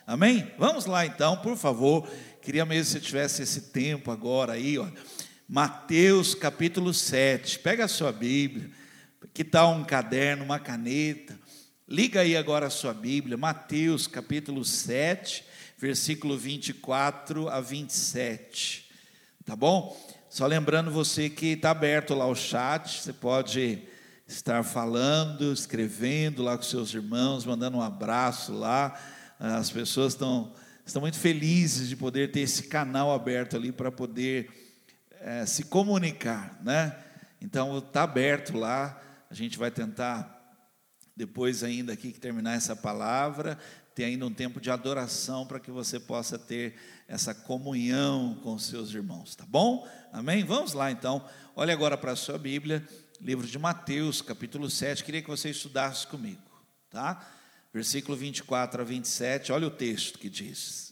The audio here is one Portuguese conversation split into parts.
Amém? Vamos lá então, por favor. Queria mesmo que você tivesse esse tempo agora aí, ó. Mateus capítulo 7. Pega a sua Bíblia. Que tal um caderno, uma caneta? Liga aí agora a sua Bíblia. Mateus capítulo 7, versículo 24 a 27. Tá bom? Só lembrando você que está aberto lá o chat. Você pode estar falando, escrevendo lá com seus irmãos, mandando um abraço lá. As pessoas estão muito felizes de poder ter esse canal aberto ali para poder se comunicar, né? Então está aberto lá. A gente vai tentar depois ainda aqui que terminar essa palavra, ter ainda um tempo de adoração para que você possa ter essa comunhão com os seus irmãos, tá bom? Amém? Vamos lá então. Olha agora para a sua Bíblia, livro de Mateus, capítulo 7. Queria que você estudasse comigo, tá? Versículo 24 a 27, olha o texto que diz: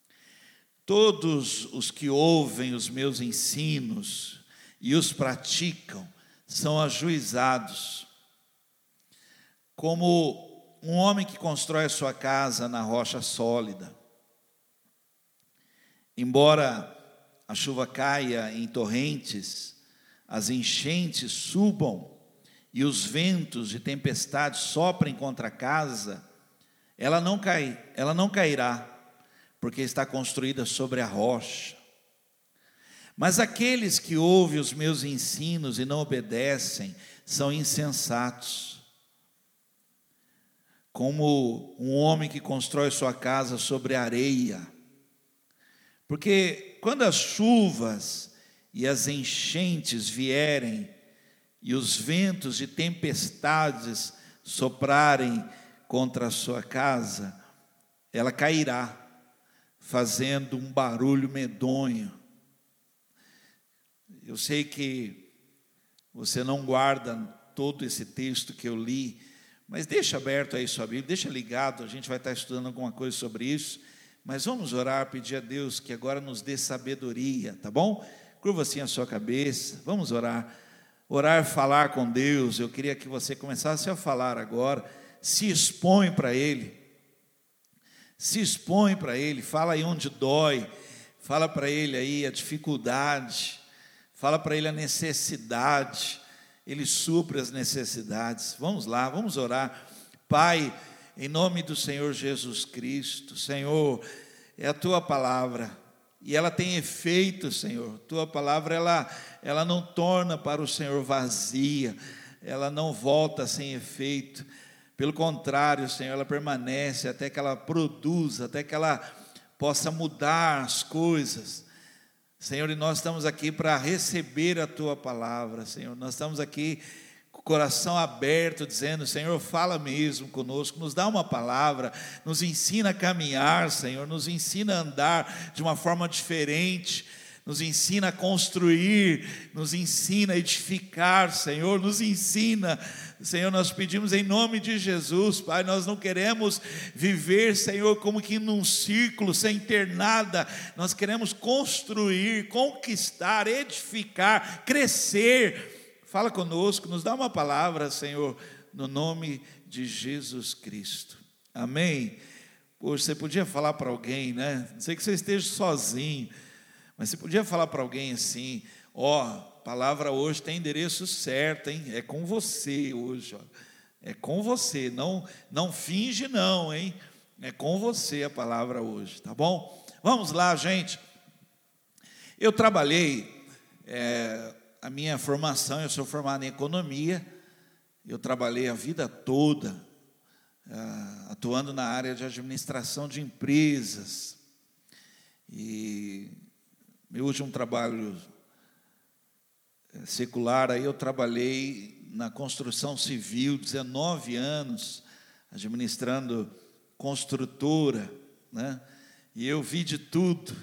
todos os que ouvem os meus ensinos e os praticam são ajuizados, como um homem que constrói a sua casa na rocha sólida. Embora a chuva caia em torrentes, as enchentes subam e os ventos de tempestade soprem contra a casa, ela não cairá, porque está construída sobre a rocha. Mas aqueles que ouvem os meus ensinos e não obedecem são insensatos, como um homem que constrói sua casa sobre areia. Porque quando as chuvas e as enchentes vierem, e os ventos de tempestades soprarem contra a sua casa, ela cairá, fazendo um barulho medonho. Eu sei que você não guarda todo esse texto que eu li, mas deixa aberto aí sua Bíblia, deixa ligado, a gente vai estar estudando alguma coisa sobre isso, mas vamos orar, pedir a Deus que agora nos dê sabedoria, tá bom? Curva assim a sua cabeça, vamos orar. Orar, falar com Deus. Eu queria que você começasse a falar agora. Se expõe para Ele. Se expõe para Ele. Fala aí onde dói. Fala para Ele aí a dificuldade. Fala para Ele a necessidade. Ele supre as necessidades. Vamos lá, vamos orar. Pai, em nome do Senhor Jesus Cristo, Senhor, é a Tua palavra. E ela tem efeito, Senhor. Tua palavra, ela não torna para o Senhor vazia. Ela não volta sem efeito. Pelo contrário, Senhor, ela permanece até que ela produza, até que ela possa mudar as coisas. Senhor, e nós estamos aqui para receber a Tua palavra, Senhor. Nós estamos aqui com o coração aberto, dizendo: Senhor, fala mesmo conosco, nos dá uma palavra, nos ensina a caminhar, Senhor, nos ensina a andar de uma forma diferente, nos ensina a construir, nos ensina a edificar, Senhor, nos ensina, Senhor, nós pedimos em nome de Jesus, Pai, nós não queremos viver, Senhor, como que num círculo, sem ter nada, nós queremos construir, conquistar, edificar, crescer. Fala conosco, nos dá uma palavra, Senhor, no nome de Jesus Cristo. Amém? Poxa, você podia falar para alguém, né? Não sei que você esteja sozinho, mas você podia falar para alguém assim: ó, a palavra hoje tem endereço certo, hein? É com você hoje, ó. É com você, não finge não, hein? É com você a palavra hoje, tá bom? Vamos lá, gente. Eu trabalhei... A minha formação, eu sou formado em economia, eu trabalhei a vida toda atuando na área de administração de empresas, e meu último trabalho secular, aí eu trabalhei na construção civil, 19 anos, administrando construtora, né? E eu vi de tudo,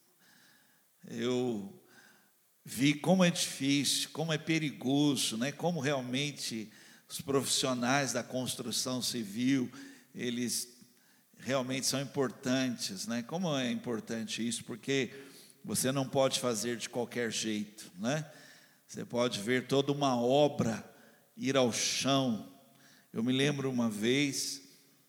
eu vi como é difícil, como é perigoso, né? Como realmente os profissionais da construção civil, eles realmente são importantes, né? Como é importante isso, porque você não pode fazer de qualquer jeito, né? Você pode ver toda uma obra ir ao chão. Eu me lembro uma vez,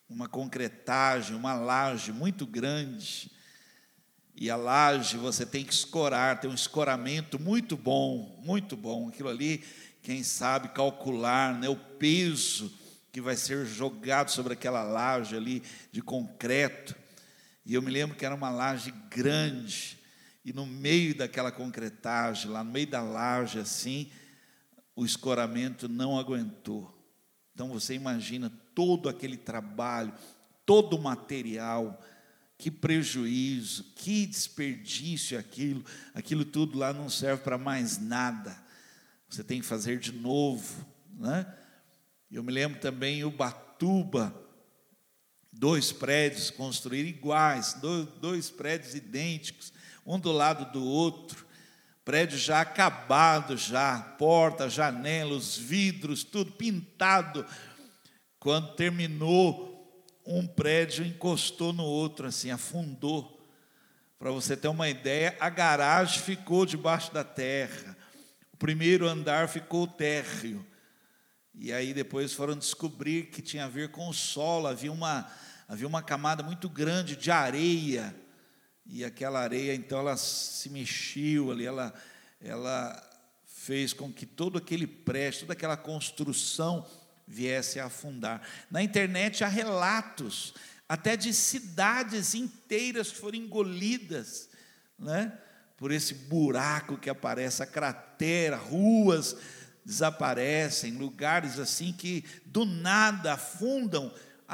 uma concretagem, uma laje muito grande. E a laje você tem que escorar, tem um escoramento muito bom, muito bom. Aquilo ali, quem sabe calcular, né, o peso que vai ser jogado sobre aquela laje ali de concreto. E eu me lembro que era uma laje grande, e no meio daquela concretagem, lá no meio da laje assim, o escoramento não aguentou. Então você imagina todo aquele trabalho, todo o material, que prejuízo, que desperdício aquilo tudo lá não serve para mais nada. Você tem que fazer de novo, né? Eu me lembro também Ubatuba, 2 prédios construídos iguais, dois prédios idênticos, um do lado do outro, prédio já acabado, já, porta, janela, os vidros, tudo pintado. Quando terminou, um prédio encostou no outro, assim, afundou. Para você ter uma ideia, a garagem ficou debaixo da terra, o primeiro andar ficou térreo. E aí depois foram descobrir que tinha a ver com o solo, havia uma camada muito grande de areia, e aquela areia, então, ela se mexeu ali, ela fez com que todo aquele prédio, toda aquela construção viesse a afundar. Na internet há relatos, até de cidades inteiras que foram engolidas, né, por esse buraco que aparece, a cratera, ruas desaparecem, lugares assim que do nada afundam.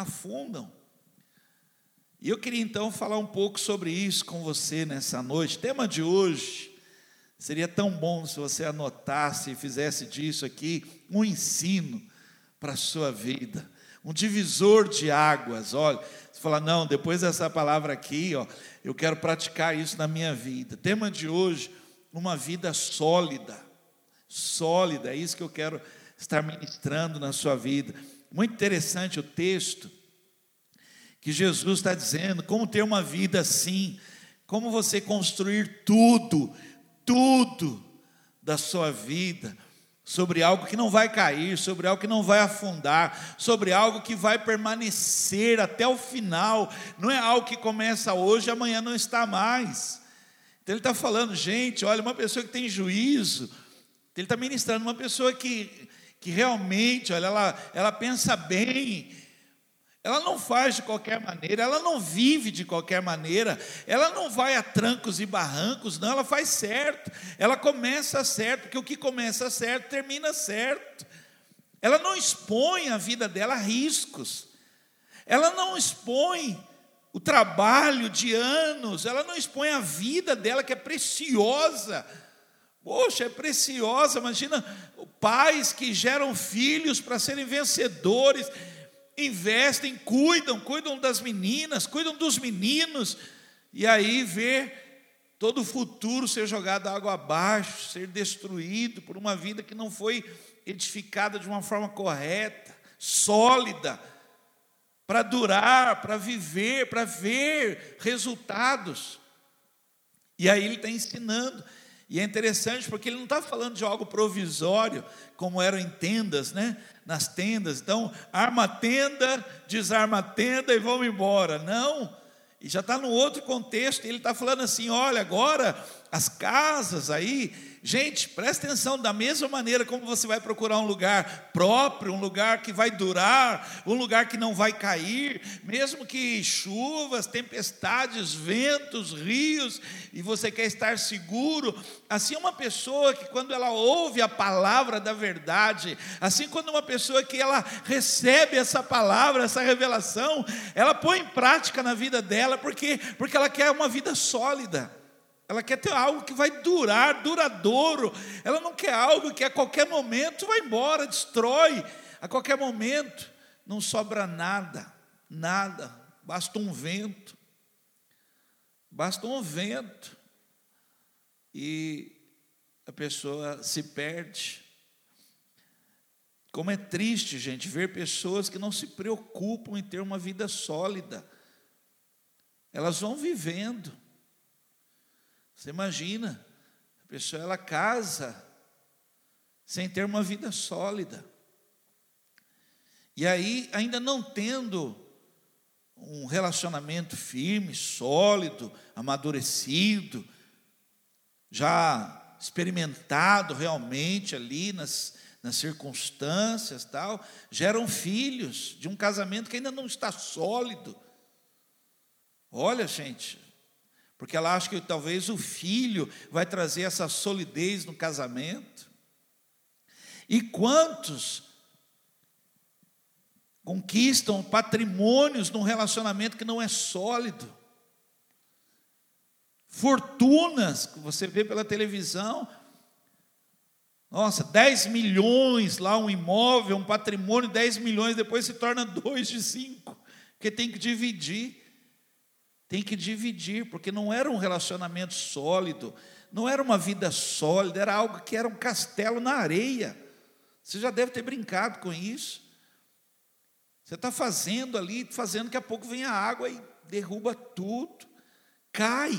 E eu queria então falar um pouco sobre isso com você nessa noite. O tema de hoje, seria tão bom se você anotasse e fizesse disso aqui um ensino para a sua vida, um divisor de águas. Olha, você fala, não, depois dessa palavra aqui, ó, eu quero praticar isso na minha vida. Tema de hoje, uma vida sólida, é isso que eu quero estar ministrando na sua vida. Muito interessante o texto, que Jesus está dizendo, como ter uma vida assim, como você construir tudo da sua vida, sobre algo que não vai cair, sobre algo que não vai afundar, sobre algo que vai permanecer até o final, não é algo que começa hoje e amanhã não está mais. Então ele está falando, gente, olha, uma pessoa que tem juízo, ele está ministrando uma pessoa que realmente, olha, ela pensa bem, ela não faz de qualquer maneira, ela não vive de qualquer maneira, ela não vai a trancos e barrancos, não, ela faz certo, ela começa certo, porque o que começa certo, termina certo. Ela não expõe a vida dela a riscos, ela não expõe o trabalho de anos, ela não expõe a vida dela, que é preciosa. Poxa, é preciosa. Imagina pais que geram filhos para serem vencedores, investem, cuidam das meninas, cuidam dos meninos, e aí ver todo o futuro ser jogado água abaixo, ser destruído por uma vida que não foi edificada de uma forma correta, sólida, para durar, para viver, para ver resultados. E aí ele está ensinando. E é interessante porque ele não está falando de algo provisório, como eram em tendas, né? Nas tendas. Então, arma a tenda, desarma a tenda e vamos embora. Não, e já está no outro contexto. Ele está falando assim, olha, agora as casas aí, gente, presta atenção, da mesma maneira como você vai procurar um lugar próprio, um lugar que vai durar, um lugar que não vai cair, mesmo que chuvas, tempestades, ventos, rios, e você quer estar seguro. Assim uma pessoa que quando ela ouve a palavra da verdade, assim quando uma pessoa que ela recebe essa palavra, essa revelação, ela põe em prática na vida dela, porque ela quer uma vida sólida. Ela quer ter algo que vai durar, duradouro. Ela não quer algo que a qualquer momento vai embora, destrói. A qualquer momento não sobra nada, basta um vento. E a pessoa se perde. Como é triste, gente, ver pessoas que não se preocupam em ter uma vida sólida. Elas vão vivendo. Você imagina, a pessoa ela casa sem ter uma vida sólida. E aí, ainda não tendo um relacionamento firme, sólido, amadurecido, já experimentado realmente ali nas circunstâncias, tal, geram filhos de um casamento que ainda não está sólido. Olha, gente, porque ela acha que talvez o filho vai trazer essa solidez no casamento. E quantos conquistam patrimônios num relacionamento que não é sólido? Fortunas que você vê pela televisão. Nossa, 10 milhões lá um imóvel, um patrimônio, 10 milhões, depois se torna 2 de 5, porque tem que dividir. Tem que dividir, porque não era um relacionamento sólido, não era uma vida sólida, era algo que era um castelo na areia. Você já deve ter brincado com isso. Você está fazendo ali, daqui a pouco vem a água e derruba tudo. Cai.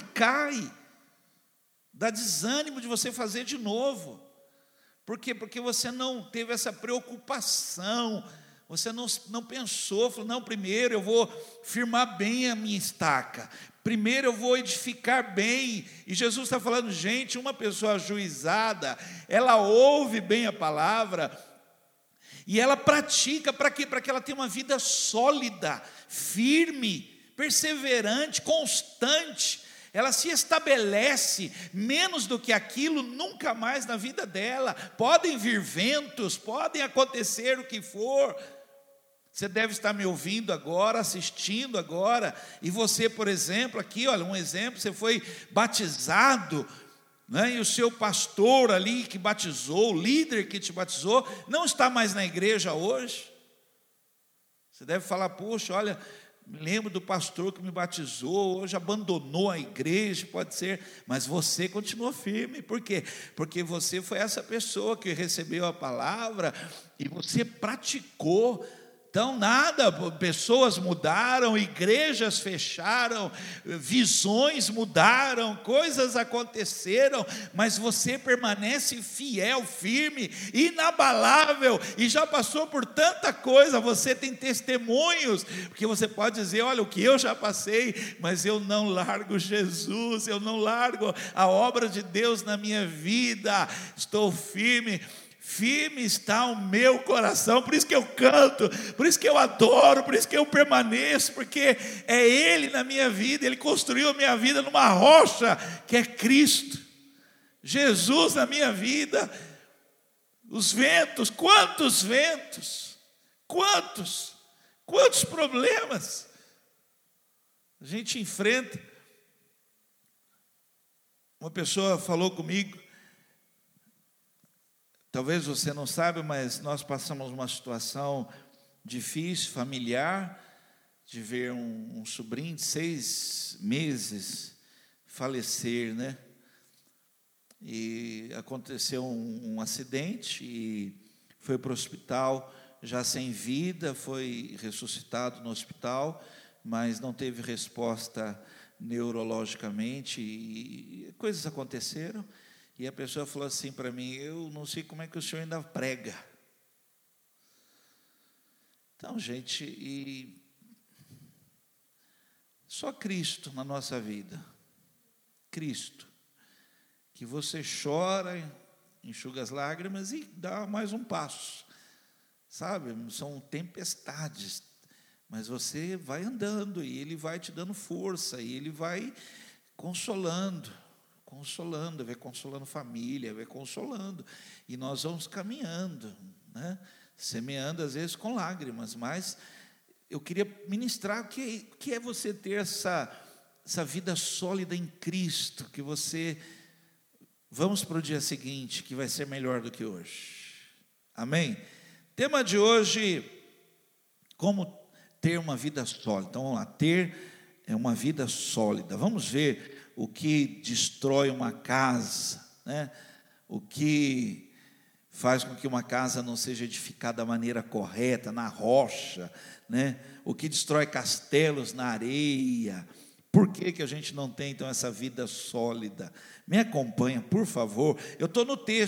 Dá desânimo de você fazer de novo. Por quê? Porque você não teve essa preocupação, você não pensou, falou, não, primeiro eu vou firmar bem a minha estaca, primeiro eu vou edificar bem. E Jesus está falando, gente, uma pessoa ajuizada, ela ouve bem a palavra, e ela pratica, para quê? Para que ela tenha uma vida sólida, firme, perseverante, constante. Ela se estabelece, menos do que aquilo, nunca mais na vida dela. Podem vir ventos, podem acontecer o que for. Você deve estar me ouvindo agora, assistindo agora, e você, por exemplo, aqui, olha, um exemplo, você foi batizado, né, e o seu pastor ali que batizou, o líder que te batizou, não está mais na igreja hoje. Você deve falar, poxa, olha, me lembro do pastor que me batizou, hoje abandonou a igreja, pode ser, mas você continua firme. Por quê? Porque você foi essa pessoa que recebeu a palavra e você praticou. Então nada, pessoas mudaram, igrejas fecharam, visões mudaram, coisas aconteceram, mas você permanece fiel, firme, inabalável, e já passou por tanta coisa. Você tem testemunhos, porque você pode dizer, olha, o que eu já passei, mas eu não largo Jesus, eu não largo a obra de Deus na minha vida, estou firme. Firme está o meu coração, por isso que eu canto, por isso que eu adoro, por isso que eu permaneço, porque é Ele na minha vida, Ele construiu a minha vida numa rocha, que é Cristo, Jesus na minha vida. Os ventos, quantos problemas a gente enfrenta. Uma pessoa falou comigo, talvez você não saiba, mas nós passamos uma situação difícil, familiar, de ver um sobrinho de 6 meses falecer, né? E aconteceu um acidente e foi para o hospital já sem vida, foi ressuscitado no hospital, mas não teve resposta neurologicamente e coisas aconteceram. E a pessoa falou assim para mim, eu não sei como é que o senhor ainda prega. Então, gente, e só Cristo na nossa vida. Cristo. Que você chora, enxuga as lágrimas e dá mais um passo. Sabe, são tempestades, mas você vai andando e Ele vai te dando força, e Ele vai consolando, vai consolando família, vai consolando, e nós vamos caminhando, né? Semeando às vezes com lágrimas, mas eu queria ministrar o que é você ter essa vida sólida em Cristo, que você, vamos para o dia seguinte, que vai ser melhor do que hoje, amém? Tema de hoje, como ter uma vida sólida. Então vamos lá, ter uma vida sólida. Vamos ver o que destrói uma casa, né? O que faz com que uma casa não seja edificada da maneira correta, na rocha, né? O que destrói castelos na areia. Por que a gente não tem então essa vida sólida? Me acompanha, por favor. Eu estou no texto.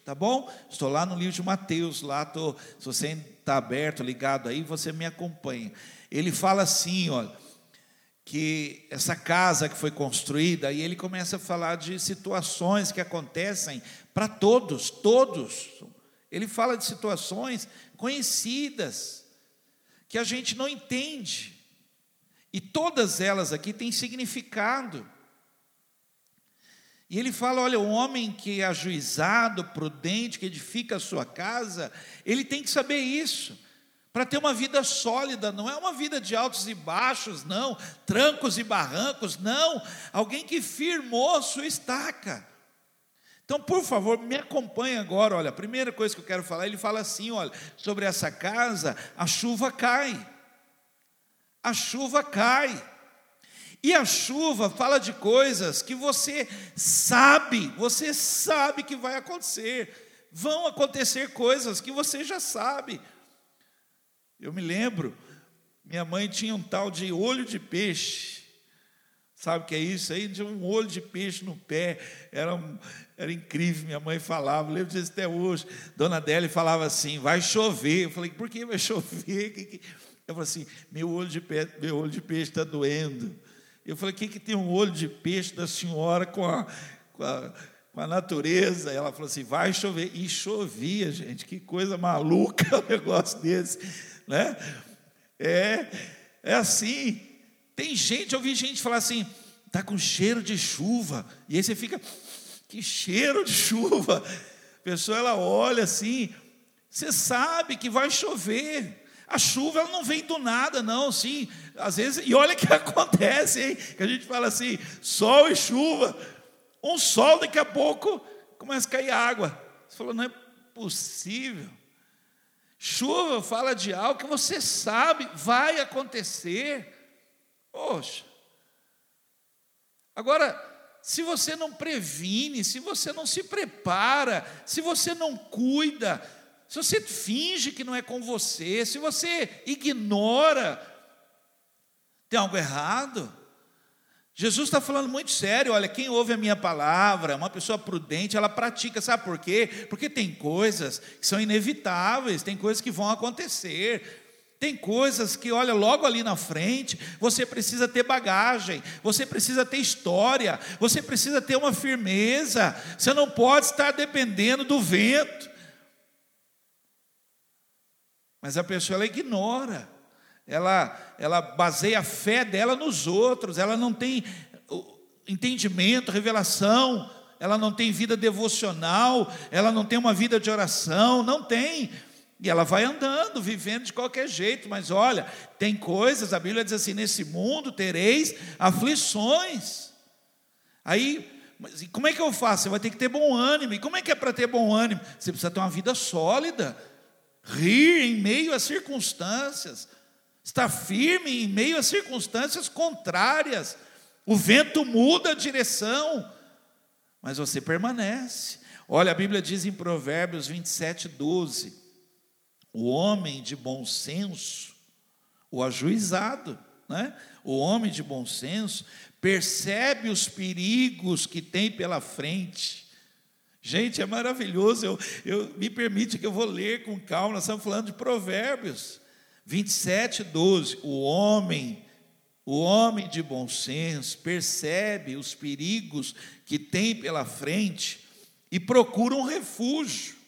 tá bom? Estou lá no livro de Mateus, se você está aberto, ligado aí, você me acompanha. Ele fala assim, olha, que essa casa que foi construída, aí ele começa a falar de situações que acontecem para todos. Ele fala de situações conhecidas, que a gente não entende, e todas elas aqui têm significado. E ele fala, olha, o homem que é ajuizado, prudente, que edifica a sua casa, ele tem que saber isso, para ter uma vida sólida. Não é uma vida de altos e baixos, não, trancos e barrancos, não, alguém que firmou sua estaca. Então, por favor, me acompanhe agora. Olha, a primeira coisa que eu quero falar, ele fala assim, olha, sobre essa casa, a chuva cai. A chuva cai. E a chuva fala de coisas que você sabe que vai acontecer. Vão acontecer coisas que você já sabe. Eu me lembro, minha mãe tinha um tal de olho de peixe. Sabe o que é isso? Aí de um olho de peixe no pé, era incrível, minha mãe falava, lembro disso até hoje. Dona Adélia falava assim, vai chover. Eu falei, por que vai chover? Eu falei assim, meu olho de peixe está doendo. Eu falei, o que tem um olho de peixe da senhora com a natureza? Ela falou assim, vai chover. E chovia, gente, que coisa maluca um negócio desse, né? É assim. Eu ouvi gente falar assim, está com cheiro de chuva, e aí você fica, que cheiro de chuva? A pessoa, ela olha assim, você sabe que vai chover, a chuva ela não vem do nada não, sim, às vezes, e olha o que acontece, hein? Que a gente fala assim, sol e chuva, um sol daqui a pouco, começa a cair água, você falou, não é possível. Chuva fala de algo que você sabe, vai acontecer. Poxa, agora, se você não previne, se você não se prepara, se você não cuida, se você finge que não é com você, se você ignora, tem algo errado. Jesus está falando muito sério, olha, quem ouve a minha palavra, uma pessoa prudente, ela pratica, sabe por quê? Porque tem coisas que são inevitáveis, tem coisas que vão acontecer. Tem coisas que, olha, logo ali na frente, você precisa ter bagagem, você precisa ter história, você precisa ter uma firmeza, você não pode estar dependendo do vento. Mas a pessoa, ela ignora, ela baseia a fé dela nos outros, ela não tem entendimento, revelação, ela não tem vida devocional, ela não tem uma vida de oração, não tem. E ela vai andando, vivendo de qualquer jeito. Mas olha, tem coisas, a Bíblia diz assim, nesse mundo tereis aflições. Aí, mas como é que eu faço? Você vai ter que ter bom ânimo. E como é que é para ter bom ânimo? Você precisa ter uma vida sólida, rir em meio às circunstâncias, estar firme em meio às circunstâncias contrárias. O vento muda a direção, mas você permanece. Olha, a Bíblia diz em Provérbios 27:12, o homem de bom senso, o ajuizado, né? O homem de bom senso percebe os perigos que tem pela frente. Gente, é maravilhoso. Me permite que eu vou ler com calma. Nós estamos falando de Provérbios 27:12. O homem de bom senso percebe os perigos que tem pela frente e procura um refúgio.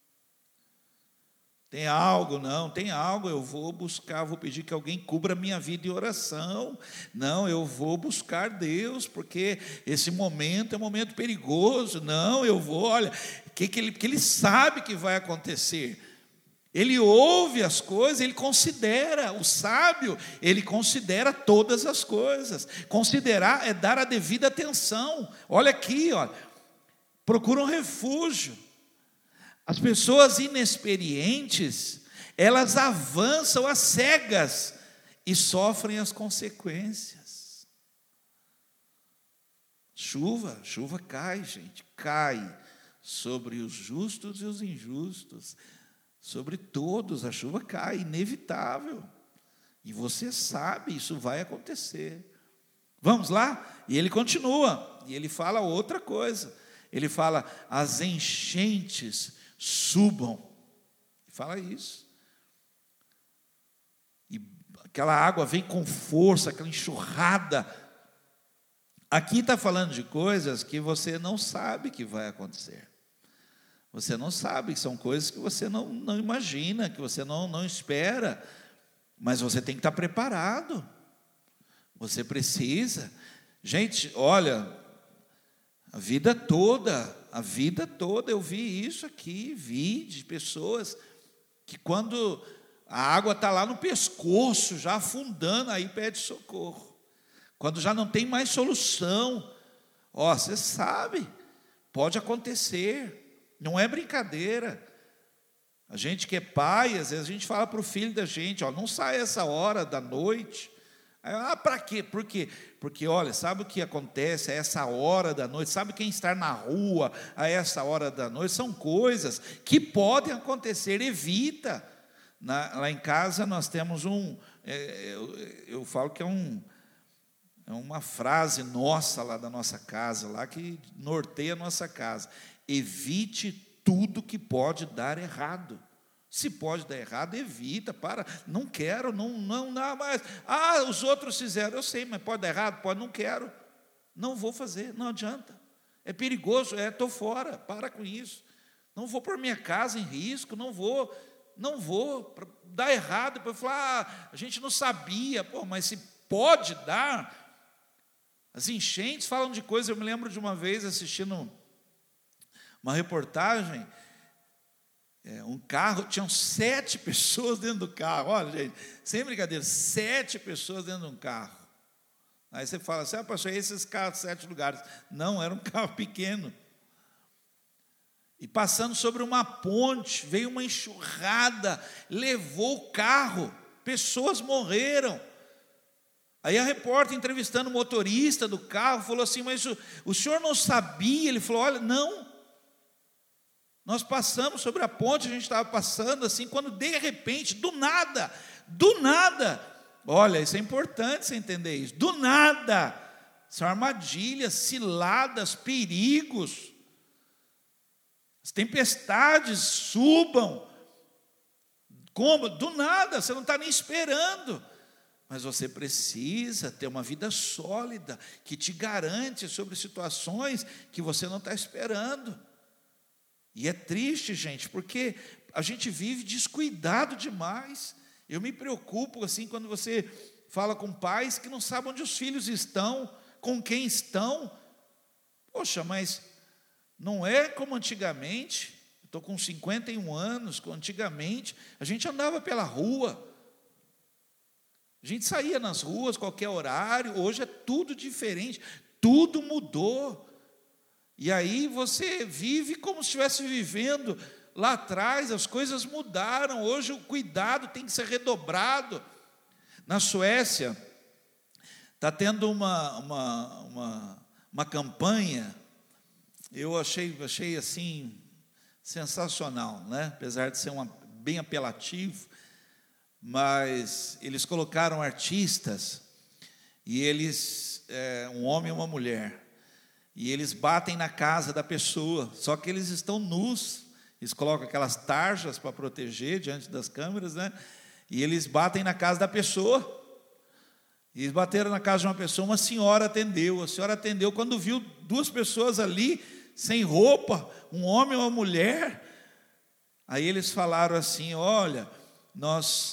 Tem algo? Não, tem algo, eu vou buscar, vou pedir que alguém cubra a minha vida em oração. Não, eu vou buscar Deus, porque esse momento é um momento perigoso. Não, eu vou, olha, porque ele sabe que vai acontecer. Ele ouve as coisas, ele considera, o sábio, ele considera todas as coisas. Considerar é dar a devida atenção. Olha aqui, olha, procura um refúgio. As pessoas inexperientes, elas avançam às cegas e sofrem as consequências. Chuva cai, gente, cai sobre os justos e os injustos, sobre todos a chuva cai, inevitável. E você sabe, isso vai acontecer. Vamos lá? E ele continua, e ele fala outra coisa. Ele fala, as enchentes subam. Ele fala isso. E aquela água vem com força, aquela enxurrada. Aqui está falando de coisas que você não sabe que vai acontecer. Você não sabe, que são coisas que você não imagina, que você não espera. Mas você tem que estar preparado. Você precisa. Gente, olha, a vida toda eu vi isso aqui, vi de pessoas que quando a água está lá no pescoço, já afundando, aí pede socorro. Quando já não tem mais solução, você sabe, pode acontecer, não é brincadeira. A gente que é pai, às vezes a gente fala para o filho da gente, não sai essa hora da noite. Para quê? Por quê? Porque, olha, sabe o que acontece a essa hora da noite? Sabe quem está na rua a essa hora da noite? São coisas que podem acontecer, evita. Lá em casa nós temos eu falo que é uma frase nossa lá da nossa casa, lá que norteia a nossa casa. Evite tudo que pode dar errado. Se pode dar errado, evita, não quero, não mais. Os outros fizeram, eu sei, mas pode dar errado? Pode, não quero. Não vou fazer, não adianta. É perigoso, estou fora, para com isso. Não vou pôr minha casa em risco, não vou dar errado. Depois falar, a gente não sabia, mas se pode dar. As enchentes falam de coisas. Eu me lembro de uma vez assistindo uma reportagem, um carro, tinham 7 pessoas dentro do carro. Olha, gente, sem brincadeira, 7 pessoas dentro de um carro. Aí você fala assim, pastor, esses carros, 7 lugares. Não, era um carro pequeno. E passando sobre uma ponte, veio uma enxurrada, levou o carro, pessoas morreram. Aí a repórter, entrevistando o motorista do carro, falou assim, mas o senhor não sabia? Ele falou, olha, não. Nós passamos sobre a ponte, a gente estava passando assim, quando de repente, do nada, olha, isso é importante você entender isso, do nada, são armadilhas, ciladas, perigos, as tempestades subam, como? Do nada, você não está nem esperando. Mas você precisa ter uma vida sólida, que te garante sobre situações que você não está esperando. E é triste, gente, porque a gente vive descuidado demais. Eu me preocupo, assim, quando você fala com pais que não sabem onde os filhos estão, com quem estão. Poxa, mas não é como antigamente. Estou com 51 anos, antigamente, a gente andava pela rua. A gente saía nas ruas, qualquer horário. Hoje é tudo diferente, tudo mudou. E aí você vive como se estivesse vivendo lá atrás, as coisas mudaram. Hoje o cuidado tem que ser redobrado. Na Suécia, está tendo uma campanha, eu achei assim, sensacional, né? Apesar de ser bem apelativo, mas eles colocaram artistas, e eles, um homem e uma mulher, e eles batem na casa da pessoa, só que eles estão nus, eles colocam aquelas tarjas para proteger diante das câmeras, né? E eles batem na casa da pessoa, e eles bateram na casa de uma pessoa, uma senhora atendeu, a senhora atendeu, quando viu 2 pessoas ali, sem roupa, um homem e uma mulher, aí eles falaram assim, olha, nós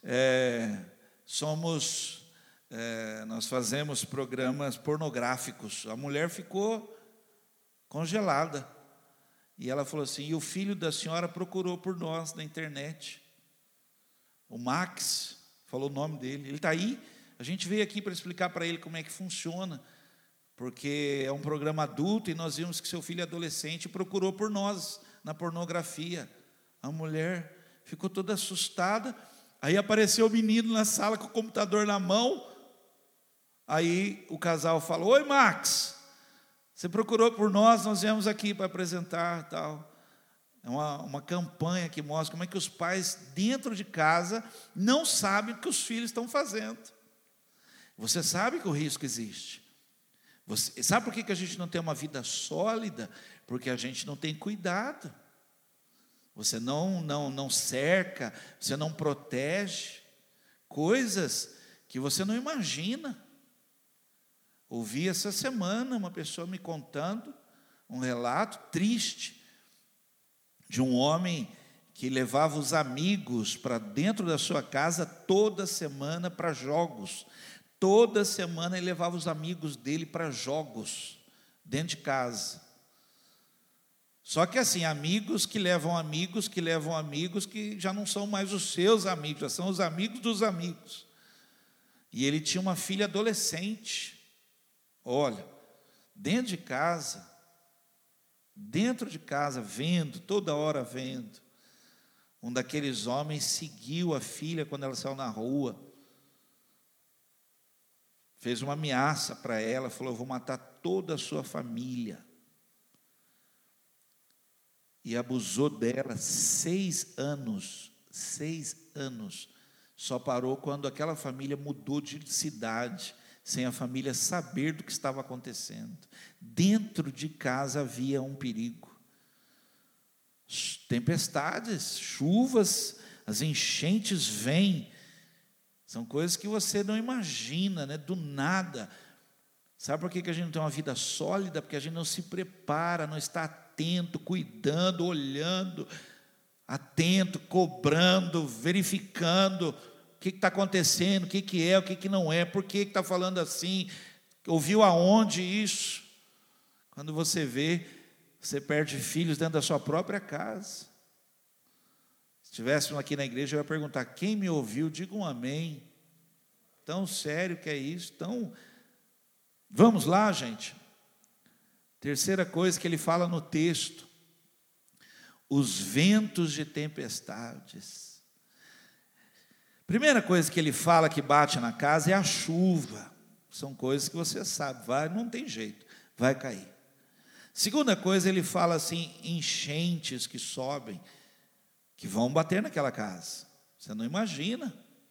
nós fazemos programas pornográficos. A mulher ficou congelada. E ela falou assim, e o filho da senhora procurou por nós na internet. O Max, falou o nome dele. Ele está aí, a gente veio aqui para explicar para ele como é que funciona. Porque é um programa adulto e nós vimos que seu filho é adolescente e procurou por nós na pornografia. A mulher ficou toda assustada. Aí apareceu o menino na sala com o computador na mão. Aí o casal falou, oi Max, você procurou por nós viemos aqui para apresentar tal. É uma campanha que mostra como é que os pais dentro de casa não sabem o que os filhos estão fazendo. Você sabe que o risco existe. Você sabe por que a gente não tem uma vida sólida? porque a gente não tem cuidado. Você não cerca, você não protege coisas que você não imagina. Ouvi essa semana uma pessoa me contando um relato triste de um homem que levava os amigos para dentro da sua casa toda semana para jogos. Toda semana ele levava os amigos dele para jogos dentro de casa. Só que assim, amigos que levam amigos, que já não são mais os seus amigos, já são os amigos dos amigos. E ele tinha uma filha adolescente. Olha, dentro de casa, vendo, toda hora vendo. Um daqueles homens seguiu a filha quando ela saiu na rua. Fez uma ameaça para ela, falou: eu vou matar toda a sua família. E abusou dela 6 anos. 6 anos. Só parou quando aquela família mudou de cidade, sem a família saber do que estava acontecendo. Dentro de casa havia um perigo. Tempestades, chuvas, as enchentes vêm. São coisas que você não imagina, né? Do nada. Sabe por que a gente não tem uma vida sólida? Porque a gente não se prepara, não está atento, cuidando, olhando, atento, cobrando, verificando o que está acontecendo, o que é, o que não é, por que está falando assim, ouviu aonde isso. Quando você vê, você perde filhos dentro da sua própria casa. Se estivéssemos aqui na igreja, eu ia perguntar: quem me ouviu, diga um amém. Tão sério que é isso, tão... Vamos lá, gente. Terceira coisa que ele fala no texto: os ventos de tempestades. Primeira coisa que ele fala que bate na casa é a chuva. São coisas que você sabe, não tem jeito, vai cair. Segunda coisa, ele fala assim: enchentes que sobem, que vão bater naquela casa. Você não imagina.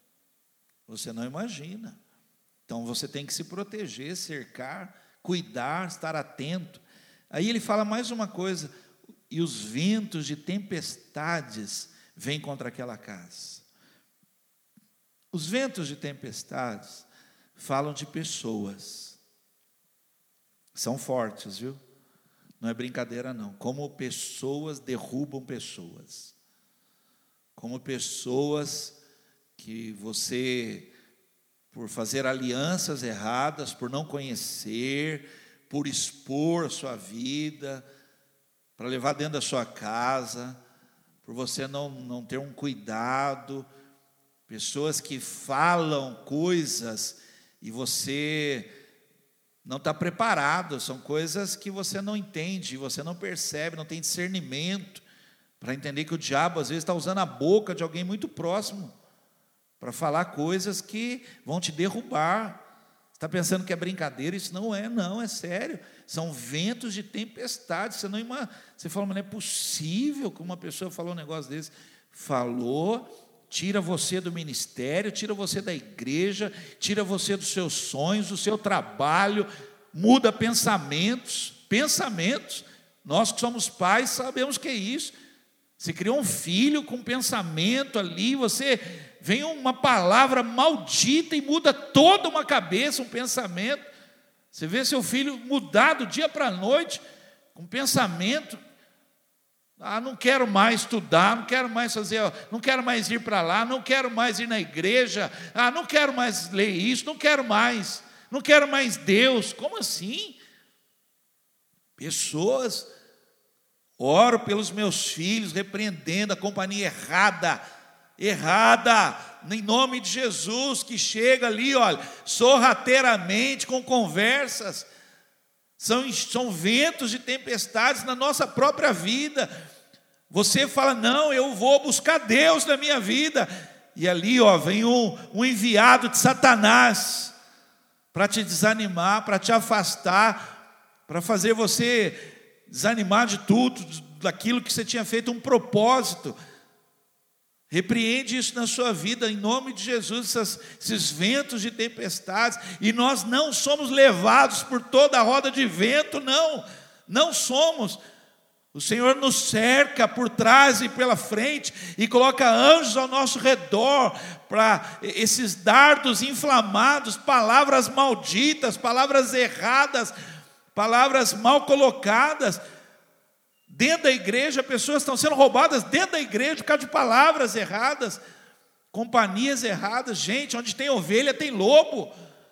Então você tem que se proteger, cercar, cuidar, estar atento. Aí ele fala mais uma coisa: e os ventos de tempestades vêm contra aquela casa. Os ventos de tempestades falam de pessoas. São fortes, viu? Não é brincadeira não. Como pessoas derrubam pessoas. Como pessoas que você, por fazer alianças erradas, por não conhecer, por expor a sua vida, para levar dentro da sua casa, por você não ter um cuidado, pessoas que falam coisas e você não está preparado, são coisas que você não entende, você não percebe, não tem discernimento, para entender que o diabo às vezes está usando a boca de alguém muito próximo, para falar coisas que vão te derrubar. Você está pensando que é brincadeira? Isso não, é sério. São ventos de tempestade. Você fala: mas não é possível que uma pessoa falou um negócio desse. Falou, tira você do ministério, tira você da igreja, tira você dos seus sonhos, do seu trabalho, muda pensamentos. Nós que somos pais sabemos que é isso. Você criou um filho com pensamento ali, vem uma palavra maldita e muda toda uma cabeça, um pensamento. Você vê seu filho mudar do dia para a noite, com pensamento: não quero mais estudar, não quero mais não quero mais ir para lá, não quero mais ir na igreja, não quero mais ler isso, não quero mais Deus. Como assim? Pessoas, oro pelos meus filhos, repreendendo a companhia errada, em nome de Jesus, que chega ali, olha, sorrateiramente com conversas. São ventos de tempestades na nossa própria vida. Você fala: não, eu vou buscar Deus na minha vida, e ali vem um enviado de Satanás para te desanimar, para te afastar, para fazer você desanimar de tudo, daquilo que você tinha feito um propósito. Repreende isso na sua vida, em nome de Jesus, esses ventos de tempestades. E nós não somos levados por toda a roda de vento, não somos. O Senhor nos cerca por trás e pela frente e coloca anjos ao nosso redor para esses dardos inflamados, palavras malditas, palavras erradas, palavras mal colocadas. Dentro da igreja, pessoas estão sendo roubadas dentro da igreja por causa de palavras erradas, companhias erradas. Gente, onde tem ovelha tem lobo.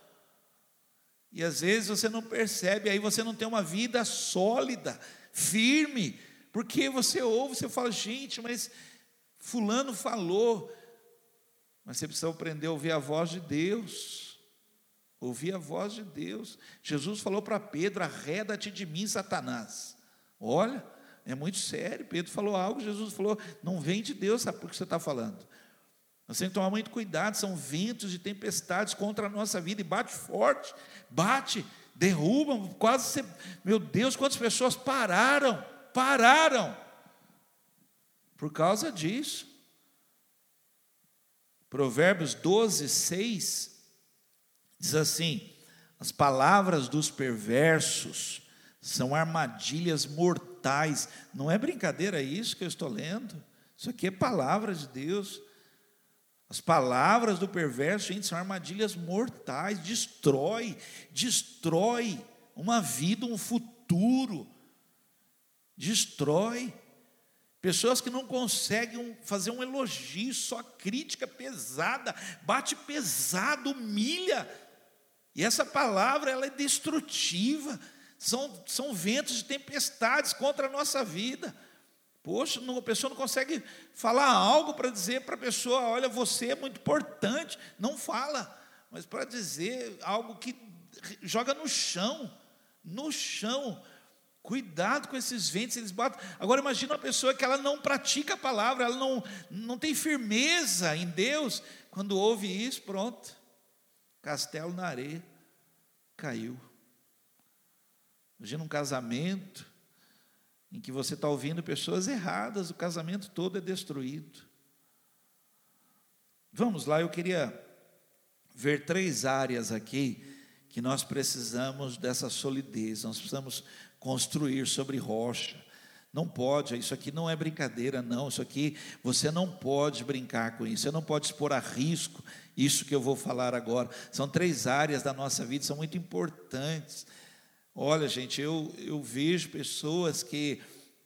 E às vezes você não percebe, aí você não tem uma vida sólida, firme, porque você ouve, você fala, gente, mas fulano falou. Mas você precisa aprender a ouvir a voz de Deus. Ouvir a voz de Deus. Jesus falou para Pedro: arreda-te de mim, Satanás. Olha, é muito sério. Pedro falou algo, Jesus falou: não vem de Deus, sabe por que você está falando? Nós temos que tomar muito cuidado, são ventos de tempestades contra a nossa vida, e bate forte, bate, derrubam, quase, meu Deus, quantas pessoas pararam, por causa disso. Provérbios 12, 6, diz assim: as palavras dos perversos são armadilhas mortais. Não é brincadeira isso que eu estou lendo, isso aqui é palavra de Deus. As palavras do perverso, gente, são armadilhas mortais, destrói uma vida, um futuro, destrói. Pessoas que não conseguem fazer um elogio, só crítica pesada, bate pesado, humilha. E essa palavra, ela é destrutiva, são ventos de tempestades contra a nossa vida. Poxa, a pessoa não consegue falar algo para dizer para a pessoa: olha, você é muito importante. Não fala, mas para dizer algo que joga no chão. Cuidado com esses ventos, eles batem. Agora imagina uma pessoa que ela não pratica a palavra, ela não tem firmeza em Deus. Quando ouve isso, pronto, castelo na areia, caiu. Imagina um casamento em que você está ouvindo pessoas erradas, o casamento todo é destruído. Vamos lá, eu queria ver 3 áreas aqui que nós precisamos dessa solidez, nós precisamos construir sobre rocha. Não pode, isso aqui não é brincadeira, não, isso aqui você não pode brincar com isso, você não pode expor a risco isso que eu vou falar agora. São 3 áreas da nossa vida, são muito importantes. Olha, gente, eu vejo pessoas que,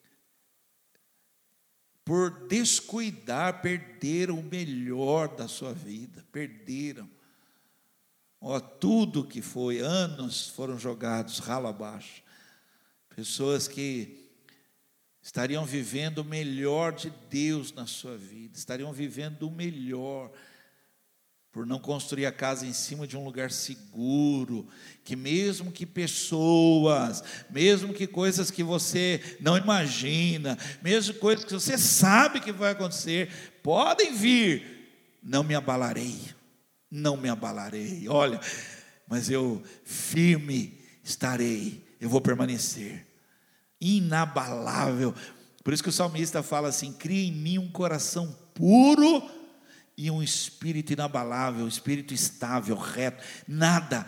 por descuidar, perderam o melhor da sua vida, perderam. Tudo que foi, anos foram jogados ralo abaixo. Pessoas que estariam vivendo o melhor de Deus na sua vida, estariam vivendo o melhor, por não construir a casa em cima de um lugar seguro, que mesmo que pessoas, mesmo que coisas que você não imagina, mesmo coisas que você sabe que vai acontecer, podem vir, não me abalarei, olha, mas eu firme estarei, eu vou permanecer, inabalável. Por isso que o salmista fala assim: cria em mim um coração puro e um espírito inabalável, um espírito estável, reto. Nada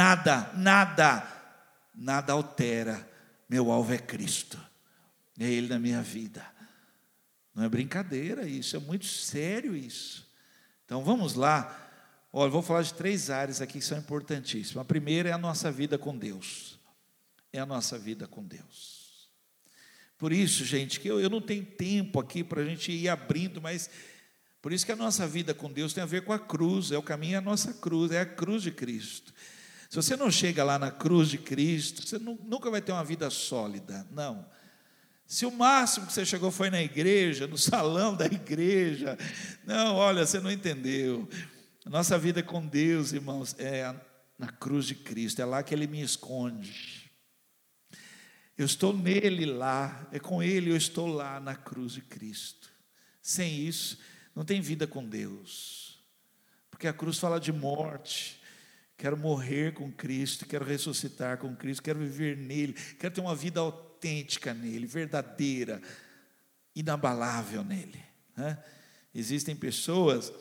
altera. Meu alvo é Cristo, é Ele na minha vida. Não é brincadeira isso, é muito sério isso. Então vamos lá. Olha, vou falar de 3 áreas aqui que são importantíssimas. A primeira é a nossa vida com Deus. É a nossa vida com Deus. Por isso, gente, que eu não tenho tempo aqui para a gente ir abrindo, mas por isso que a nossa vida com Deus tem a ver com a cruz, é o caminho, é a nossa cruz, é a cruz de Cristo. Se você não chega lá na cruz de Cristo, você nunca vai ter uma vida sólida, não. Se o máximo que você chegou foi na igreja, no salão da igreja, não, olha, você não entendeu. A nossa vida com Deus, irmãos, é na cruz de Cristo, é lá que Ele me esconde. Eu estou nele lá, é com Ele eu estou lá na cruz de Cristo. Sem isso, não tem vida com Deus, porque a cruz fala de morte. Quero morrer com Cristo, quero ressuscitar com Cristo, quero viver nele, quero ter uma vida autêntica nele, verdadeira, inabalável nele, né? Existem pessoas,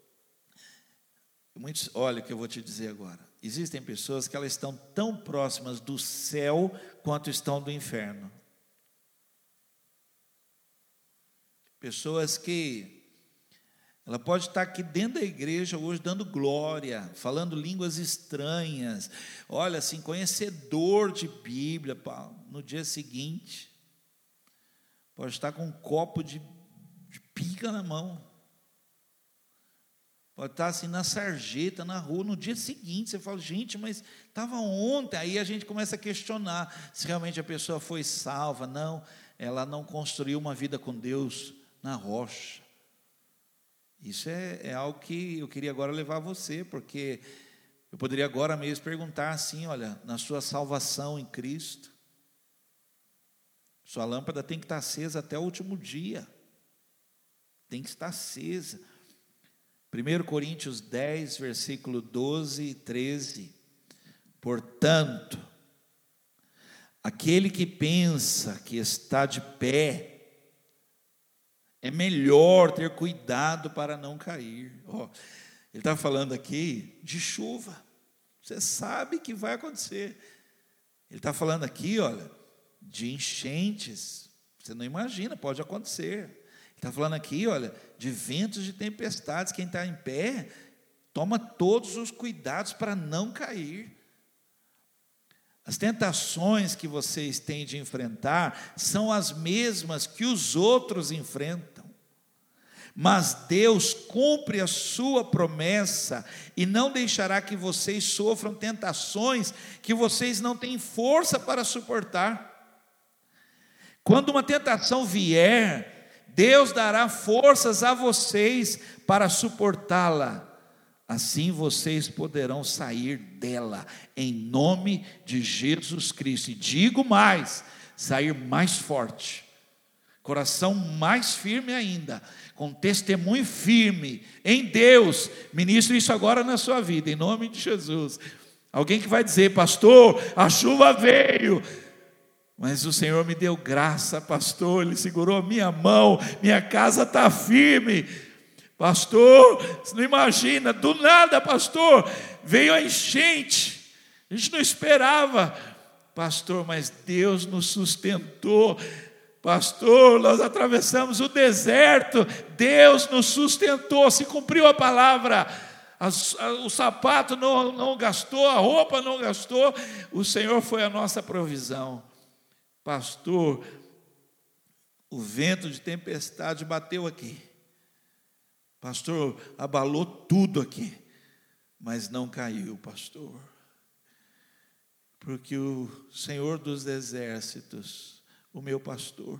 olha o que eu vou te dizer agora, existem pessoas que elas estão tão próximas do céu quanto estão do inferno. Pessoas que ela pode estar aqui dentro da igreja hoje dando glória, falando línguas estranhas, olha assim, conhecedor de Bíblia, no dia seguinte, pode estar com um copo de pinga na mão, pode estar assim na sarjeta, na rua, no dia seguinte, você fala, gente, mas estava ontem, aí a gente começa a questionar, se realmente a pessoa foi salva. Não, ela não construiu uma vida com Deus na rocha. Isso é algo que eu queria agora levar a você, porque eu poderia agora mesmo perguntar assim, olha, na sua salvação em Cristo, sua lâmpada tem que estar acesa até o último dia, tem que estar acesa. 1 Coríntios 10, versículo 12 e 13, portanto, aquele que pensa que está de pé, é melhor ter cuidado para não cair. Ele está falando aqui de chuva. Você sabe que vai acontecer. Ele está falando aqui, olha, de enchentes. Você não imagina, pode acontecer. Ele está falando aqui, olha, de ventos de tempestades. Quem está em pé, toma todos os cuidados para não cair. As tentações que vocês têm de enfrentar são as mesmas que os outros enfrentam. Mas Deus cumpre a sua promessa e não deixará que vocês sofram tentações que vocês não têm força para suportar. Quando uma tentação vier, Deus dará forças a vocês para suportá-la. Assim vocês poderão sair dela, em nome de Jesus Cristo. E digo mais, sair mais forte, coração mais firme ainda, com testemunho firme em Deus. Ministro isso agora na sua vida, em nome de Jesus. Alguém que vai dizer, pastor, a chuva veio, mas o Senhor me deu graça, pastor, Ele segurou a minha mão, minha casa está firme. Pastor, você não imagina, do nada, pastor, veio a enchente, a gente não esperava, pastor, mas Deus nos sustentou. Pastor, nós atravessamos o deserto, Deus nos sustentou, se cumpriu a palavra, o sapato não gastou, a roupa não gastou, o Senhor foi a nossa provisão. Pastor, o vento de tempestade bateu aqui, pastor, abalou tudo aqui, mas não caiu, pastor, porque o Senhor dos exércitos, o meu pastor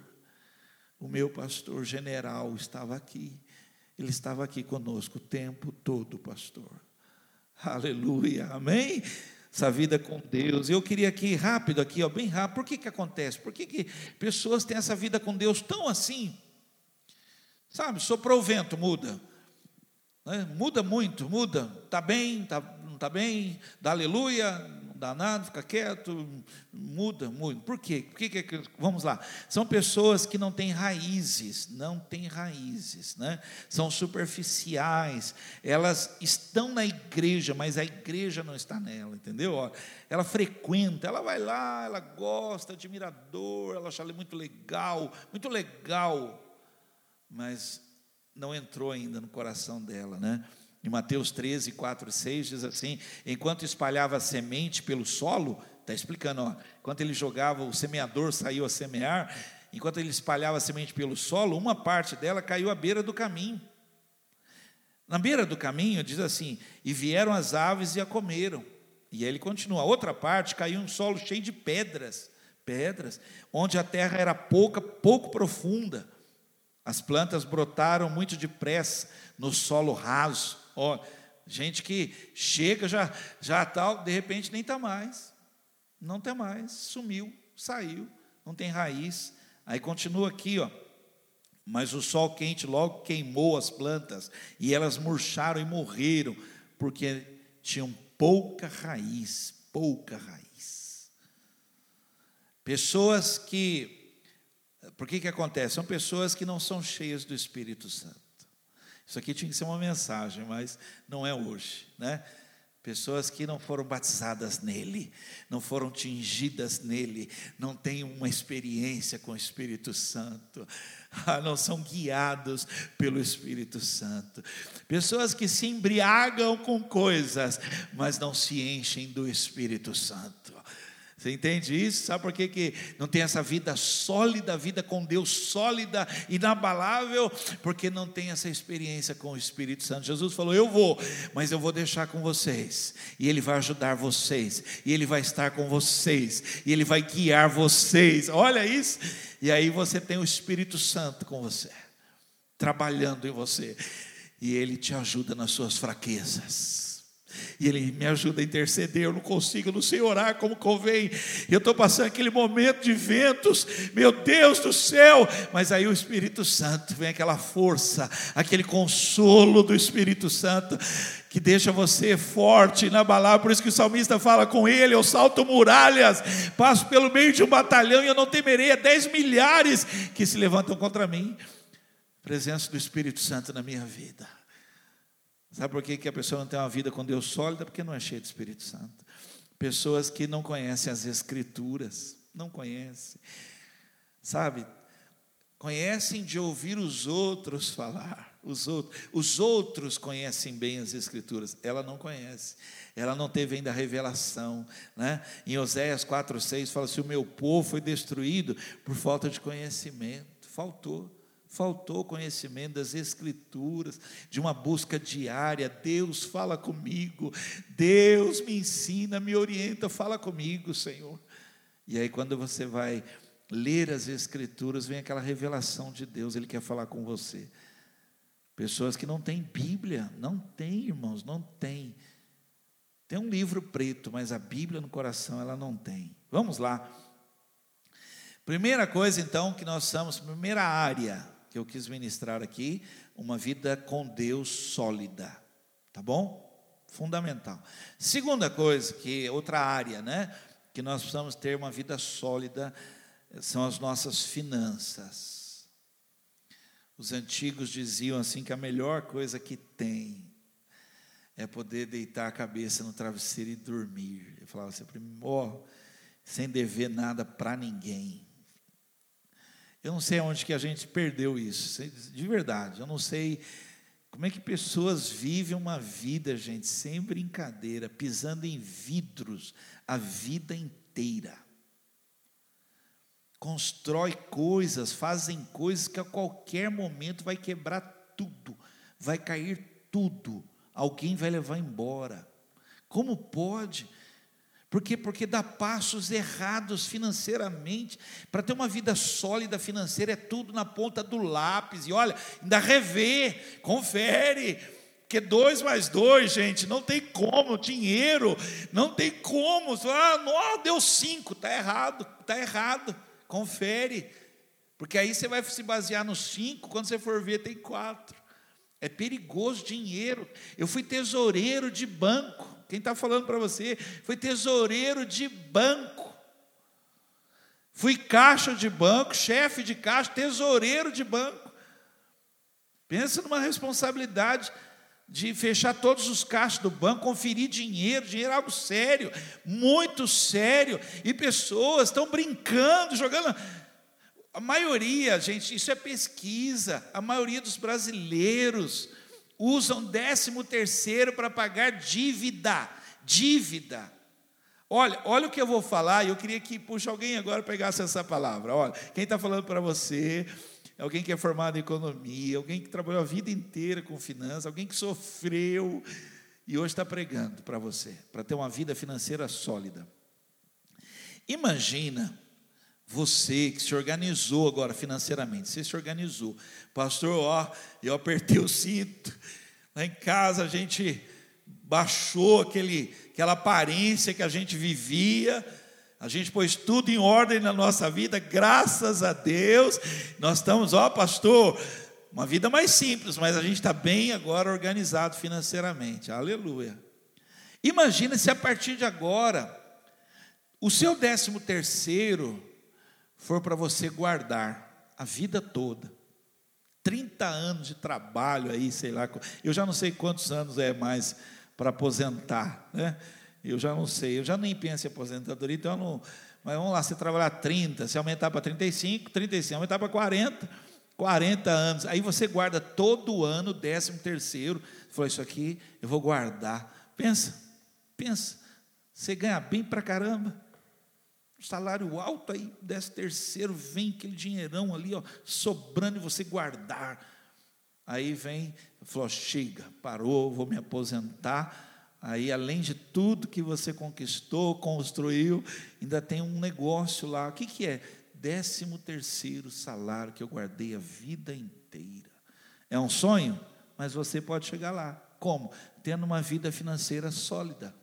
general estava aqui, ele estava aqui conosco o tempo todo, pastor, aleluia, amém? Essa vida com Deus, eu queria aqui, rápido aqui, bem rápido, por que acontece? Por que pessoas têm essa vida com Deus tão assim? Sabe, soprou o vento, muda, né? Muda muito, muda, está bem, não está bem, dá aleluia, não dá nada, fica quieto, muda muito. Por quê? Vamos lá, são pessoas que não têm raízes, né? São superficiais, elas estão na igreja, mas a igreja não está nela, entendeu? Ela frequenta, ela vai lá, ela gosta, admirador, ela acha ele muito legal, mas não entrou ainda no coração dela, né? Em Mateus 13, 4 e 6 diz assim, enquanto espalhava a semente pelo solo, está explicando, enquanto ele jogava, o semeador saiu a semear, enquanto ele espalhava a semente pelo solo, uma parte dela caiu à beira do caminho. Na beira do caminho, diz assim, e vieram as aves e a comeram. E aí ele continua, a outra parte caiu em um solo cheio de pedras, onde a terra era pouco profunda. As plantas brotaram muito depressa no solo raso. Gente que chega já tal, de repente nem está mais. Não tem mais, sumiu, saiu, não tem raiz. Aí continua aqui, mas o sol quente logo queimou as plantas e elas murcharam e morreram, porque tinham pouca raiz. Pessoas que por que acontece? São pessoas que não são cheias do Espírito Santo. Isso aqui tinha que ser uma mensagem, mas não é hoje, né? Pessoas que não foram batizadas nele, não foram tingidas nele, não têm uma experiência com o Espírito Santo, não são guiados pelo Espírito Santo. Pessoas que se embriagam com coisas, mas não se enchem do Espírito Santo. Você entende isso? Sabe por que não tem essa vida sólida, vida com Deus sólida, inabalável? Porque não tem essa experiência com o Espírito Santo. Jesus falou: eu vou, mas eu vou deixar com vocês, e Ele vai ajudar vocês, e Ele vai estar com vocês, e Ele vai guiar vocês. Olha isso. E aí você tem o Espírito Santo com você, trabalhando em você, e Ele te ajuda nas suas fraquezas. E Ele me ajuda a interceder. Eu não consigo, eu não sei orar como convém. Eu estou passando aquele momento de ventos, meu Deus do céu. Mas aí o Espírito Santo, vem aquela força, aquele consolo do Espírito Santo, que deixa você forte, inabalável. Por isso que o salmista fala com ele: eu salto muralhas, passo pelo meio de um batalhão, e eu não temerei a 10 milhares que se levantam contra mim. Presença do Espírito Santo na minha vida. Sabe por que a pessoa não tem uma vida com Deus sólida? Porque não é cheia de Espírito Santo. Pessoas que não conhecem as Escrituras, não conhecem, sabe? Conhecem de ouvir os outros falar. Os outros conhecem bem as Escrituras, ela não conhece, ela não teve ainda a revelação, né? Em Oséias 4:6 fala assim: o meu povo foi destruído por falta de conhecimento. Faltou conhecimento das Escrituras, de uma busca diária. Deus fala comigo, Deus me ensina, me orienta, fala comigo, Senhor. E aí quando você vai ler as Escrituras, vem aquela revelação de Deus, Ele quer falar com você. Pessoas que não têm Bíblia, não tem, irmãos, não tem. Tem um livro preto, mas a Bíblia no coração ela não tem. Vamos lá. Primeira coisa então que nós somos, primeira área que eu quis ministrar aqui, uma vida com Deus sólida, tá bom? Fundamental. Segunda coisa, que outra área, né, que nós precisamos ter uma vida sólida, são as nossas finanças. Os antigos diziam assim que a melhor coisa que tem é poder deitar a cabeça no travesseiro e dormir. Eu falava sempre: sem dever nada para ninguém. Eu não sei onde que a gente perdeu isso, de verdade. Eu não sei como é que pessoas vivem uma vida, gente, sem brincadeira, pisando em vidros a vida inteira. Constrói coisas, fazem coisas que a qualquer momento vai quebrar tudo, vai cair tudo, alguém vai levar embora. Como pode? Porque dá passos errados financeiramente. Para ter uma vida sólida financeira é tudo na ponta do lápis. E olha, ainda revê, confere. Porque 2 mais 2, gente, não tem como. Dinheiro, não tem como. Não, deu 5, está errado. Confere. Porque aí você vai se basear no 5, quando você for ver tem 4. É perigoso dinheiro. Eu fui tesoureiro de banco. Quem está falando para você, foi tesoureiro de banco. Fui caixa de banco, chefe de caixa, tesoureiro de banco. Pensa numa responsabilidade de fechar todos os caixas do banco, conferir dinheiro é algo sério, muito sério. E pessoas estão brincando, jogando. A maioria, gente, isso é pesquisa, a maioria dos brasileiros usam 13º para pagar dívida. Olha o que eu vou falar, e eu queria que alguém agora pegasse essa palavra. Olha, quem está falando para você é alguém que é formado em economia, alguém que trabalhou a vida inteira com finanças, alguém que sofreu e hoje está pregando para você, para ter uma vida financeira sólida. Imagina você que se organizou agora financeiramente, você se organizou, pastor, eu apertei o cinto, lá em casa a gente baixou aquela aparência que a gente vivia, a gente pôs tudo em ordem na nossa vida, graças a Deus, nós estamos, pastor, uma vida mais simples, mas a gente está bem agora organizado financeiramente, aleluia. Imagina se a partir de agora, o seu 13º for para você guardar a vida toda, 30 anos de trabalho aí, sei lá, eu já não sei quantos anos é mais para aposentar, né? Eu já não sei, eu já nem penso em aposentadoria, então eu não. Mas vamos lá, se trabalhar 30, se aumentar para 35, aumentar para 40 anos. Aí você guarda todo ano o 13º. Você falou, isso aqui eu vou guardar. Pensa, você ganha bem pra caramba. Salário alto aí, 13º, vem aquele dinheirão ali, ó, sobrando e você guardar. Aí vem, falou, chega, parou, vou me aposentar. Aí, além de tudo que você conquistou, construiu, ainda tem um negócio lá. O que é? 13º salário que eu guardei a vida inteira. É um sonho? Mas você pode chegar lá. Como? Tendo uma vida financeira sólida.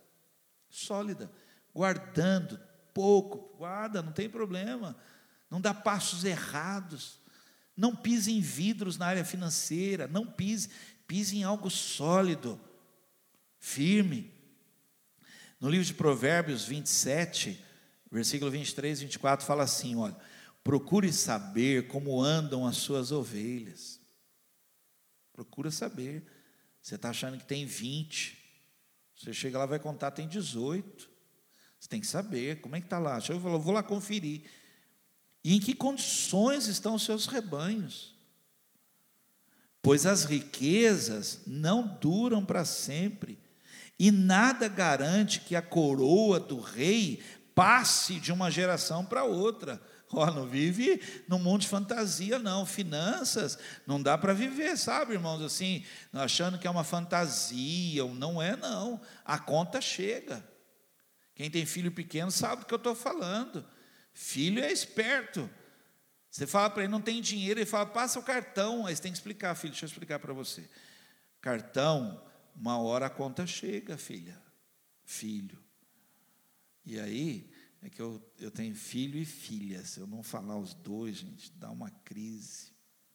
Guardando pouco. Guarda, não tem problema. Não dá passos errados. Não pise em vidros na área financeira. Não pise em algo sólido. Firme. No livro de Provérbios 27, versículo 23 e 24, fala assim, olha, procure saber como andam as suas ovelhas. Procura saber. Você está achando que tem 20, você chega lá e vai contar, tem 18. Você tem que saber, como é que está lá? Eu vou lá conferir. E em que condições estão os seus rebanhos? Pois as riquezas não duram para sempre, e nada garante que a coroa do rei passe de uma geração para outra. Não vive num mundo de fantasia, não. Finanças, não dá para viver, sabe, irmãos, assim, achando que é uma fantasia, ou não é, não. A conta chega. Quem tem filho pequeno sabe do que eu estou falando. Filho é esperto. Você fala para ele, não tem dinheiro, ele fala, passa o cartão. Aí você tem que explicar, filho, deixa eu explicar para você. Cartão, uma hora a conta chega, filho. E aí, é que eu tenho filho e filha. Se eu não falar os dois, gente, dá uma crise.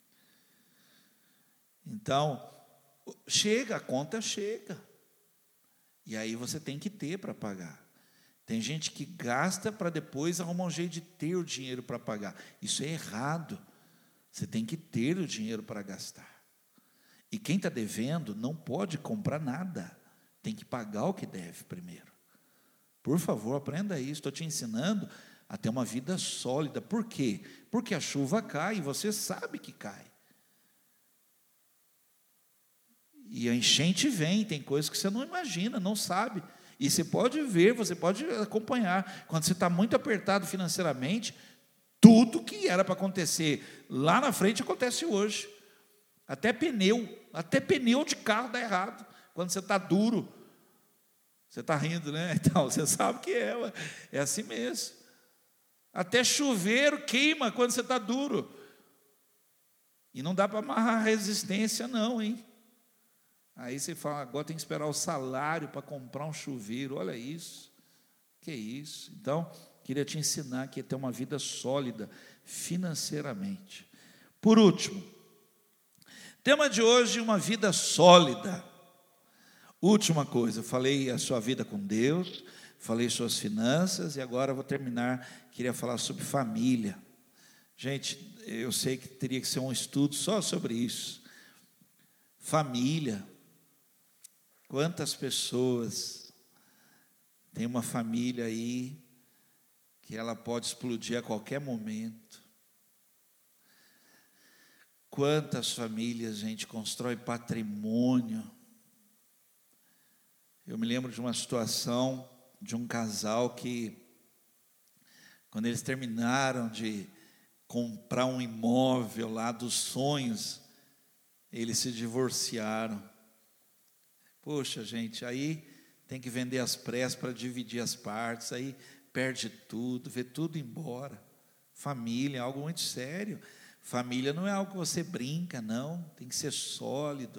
Então, a conta chega. E aí você tem que ter para pagar. Tem gente que gasta para depois arrumar um jeito de ter o dinheiro para pagar. Isso é errado. Você tem que ter o dinheiro para gastar. E quem está devendo não pode comprar nada. Tem que pagar o que deve primeiro. Por favor, aprenda isso. Estou te ensinando a ter uma vida sólida. Por quê? Porque a chuva cai e você sabe que cai. E a enchente vem, tem coisas que você não imagina, não sabe. E você pode ver, você pode acompanhar. Quando você está muito apertado financeiramente, tudo que era para acontecer lá na frente acontece hoje. Até pneu de carro dá errado. Quando você está duro, você está rindo, né? Então, você sabe que é assim mesmo. Até chuveiro queima quando você está duro. E não dá para amarrar resistência não, hein? Aí você fala, agora tem que esperar o salário para comprar um chuveiro. Olha isso. Que isso? Então, queria te ensinar que é ter uma vida sólida financeiramente. Por último, tema de hoje, uma vida sólida. Última coisa, falei a sua vida com Deus, falei suas finanças, e agora vou terminar, queria falar sobre família. Gente, eu sei que teria que ser um estudo só sobre isso. Família. Quantas pessoas têm uma família aí que ela pode explodir a qualquer momento? Quantas famílias, gente, constrói patrimônio? Eu me lembro de uma situação de um casal que, quando eles terminaram de comprar um imóvel lá dos sonhos, eles se divorciaram. Poxa, gente, aí tem que vender as pressas para dividir as partes, aí perde tudo, vê tudo embora. Família é algo muito sério. Família não é algo que você brinca, não, tem que ser sólido.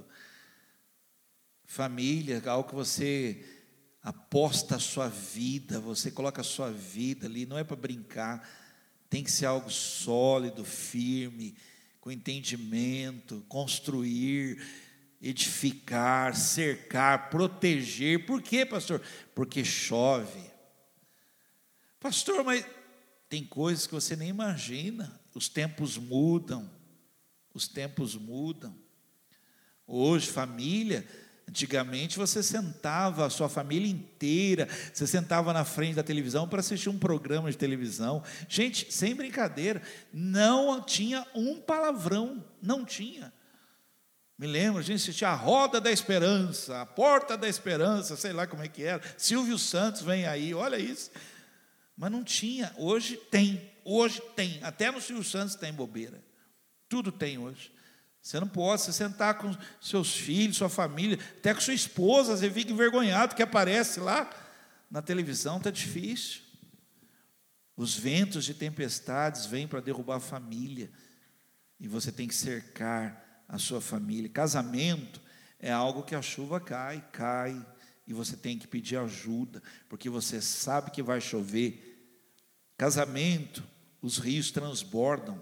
Família é algo que você aposta a sua vida, você coloca a sua vida ali, não é para brincar, tem que ser algo sólido, firme, com entendimento, construir, edificar, cercar, proteger. Por quê, pastor? Porque chove. Pastor, mas tem coisas que você nem imagina. Os tempos mudam. Hoje, família, Antigamente você sentava a sua família inteira, você sentava na frente da televisão para assistir um programa de televisão. Gente, sem brincadeira, não tinha um palavrão, não tinha. Me lembro, a gente assistia a Roda da Esperança, a Porta da Esperança, sei lá como é que era. Silvio Santos vem aí, olha isso. Mas não tinha, hoje tem, até no Silvio Santos tem bobeira. Tudo tem hoje. Você não pode se sentar com seus filhos, sua família, até com sua esposa, você fica envergonhado que aparece lá na televisão, está difícil. Os ventos de tempestades vêm para derrubar a família, e você tem que cercar a sua família. Casamento é algo que a chuva cai, e você tem que pedir ajuda, porque você sabe que vai chover. Casamento, os rios transbordam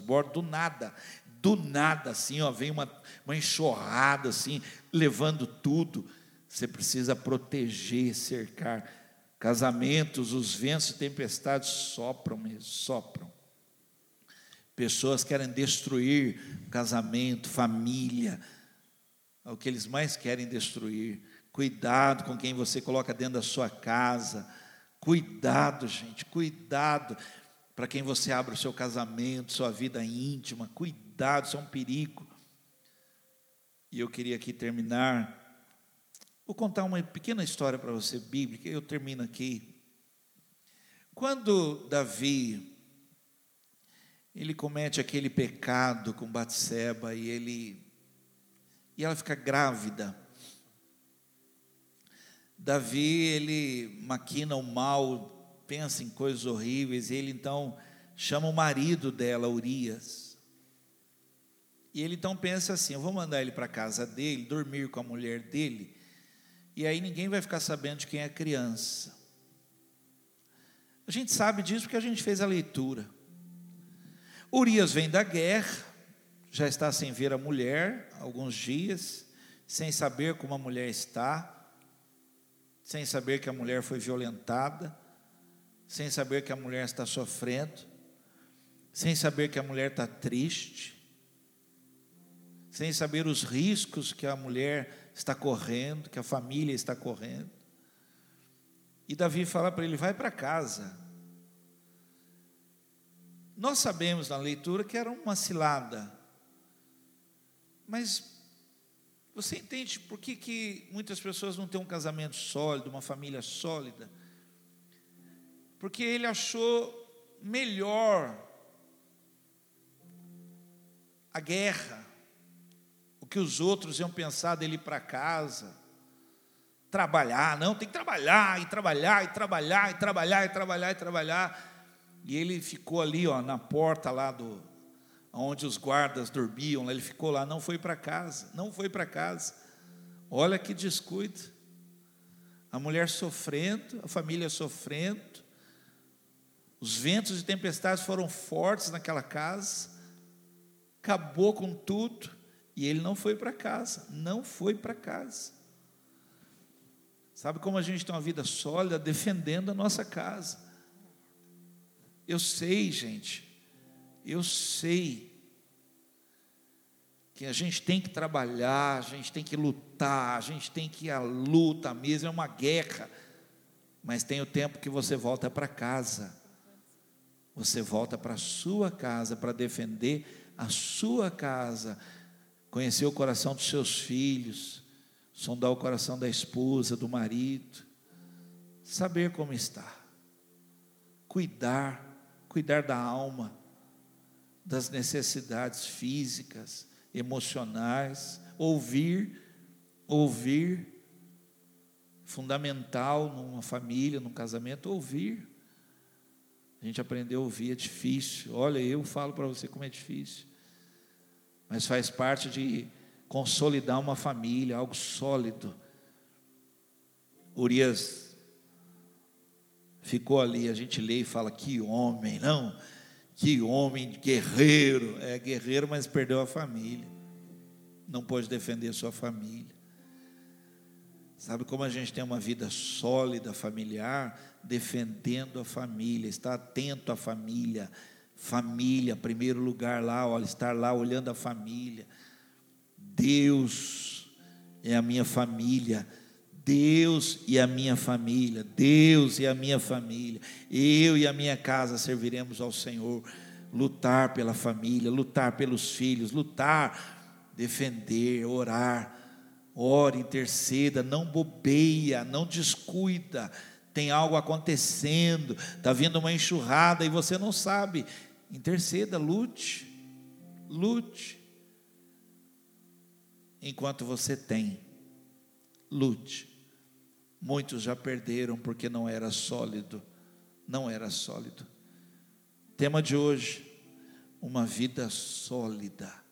do nada, assim, vem uma enxurrada, assim, levando tudo. Você precisa proteger, cercar. Casamentos, os ventos e tempestades sopram mesmo, sopram. Pessoas querem destruir casamento, família, é o que eles mais querem destruir. Cuidado com quem você coloca dentro da sua casa. Cuidado, gente, cuidado para quem você abre o seu casamento, sua vida íntima. Cuidado, isso é um perigo. E eu queria aqui terminar. Vou contar uma pequena história para você, bíblica, eu termino aqui. Quando Davi, ele comete aquele pecado com Batseba, e ela fica grávida. Davi, ele maquina o mal, pensa em coisas horríveis, e ele então chama o marido dela, Urias. E ele então pensa assim: eu vou mandar ele para a casa dele, dormir com a mulher dele, e aí ninguém vai ficar sabendo de quem é a criança. A gente sabe disso porque a gente fez a leitura. Urias vem da guerra, já está sem ver a mulher há alguns dias, sem saber como a mulher está, sem saber que a mulher foi violentada, sem saber que a mulher está sofrendo, sem saber que a mulher está triste, sem saber os riscos que a mulher está correndo, que a família está correndo. E Davi fala para ele: vai para casa. Nós sabemos na leitura que era uma cilada, mas você entende por que muitas pessoas não têm um casamento sólido, uma família sólida? Porque ele achou melhor a guerra, o que os outros iam pensar dele ir para casa, trabalhar. Não, tem que trabalhar, e trabalhar, e trabalhar, e trabalhar, e trabalhar, e trabalhar. E ele ficou ali, na porta lá onde os guardas dormiam, ele ficou lá, não foi para casa, não foi para casa. Olha que descuido. A mulher sofrendo, a família sofrendo, os ventos e tempestades foram fortes naquela casa, acabou com tudo, e ele não foi para casa, não foi para casa. Sabe como a gente tem uma vida sólida? Defendendo a nossa casa. Eu sei, gente, eu sei que a gente tem que trabalhar, a gente tem que lutar, a gente tem que ir à luta mesmo, é uma guerra, mas tem o tempo que você volta para casa, você volta para a sua casa, para defender a sua casa, conhecer o coração dos seus filhos, sondar o coração da esposa, do marido, saber como está, cuidar da alma, das necessidades físicas, emocionais, ouvir, fundamental numa família, num casamento, ouvir. A gente aprendeu a ouvir, é difícil. Olha, eu falo para você como é difícil, mas faz parte de consolidar uma família, algo sólido. Urias ficou ali, a gente lê e fala: que homem, não? Que homem guerreiro. É guerreiro, mas perdeu a família, não pôde defender sua família. Sabe como a gente tem uma vida sólida, familiar? Defendendo a família, estar atento à família. Família, primeiro lugar lá, estar lá olhando a família. Deus é a minha família. Deus e a minha família, Deus e a minha família, eu e a minha casa serviremos ao Senhor. Lutar pela família, lutar pelos filhos, lutar, defender, orar. Ore, interceda, não bobeia, não descuida. Tem algo acontecendo, está vindo uma enxurrada e você não sabe. Interceda, lute, lute. Enquanto você tem, lute. Muitos já perderam porque não era sólido, não era sólido. Tema de hoje, uma vida sólida.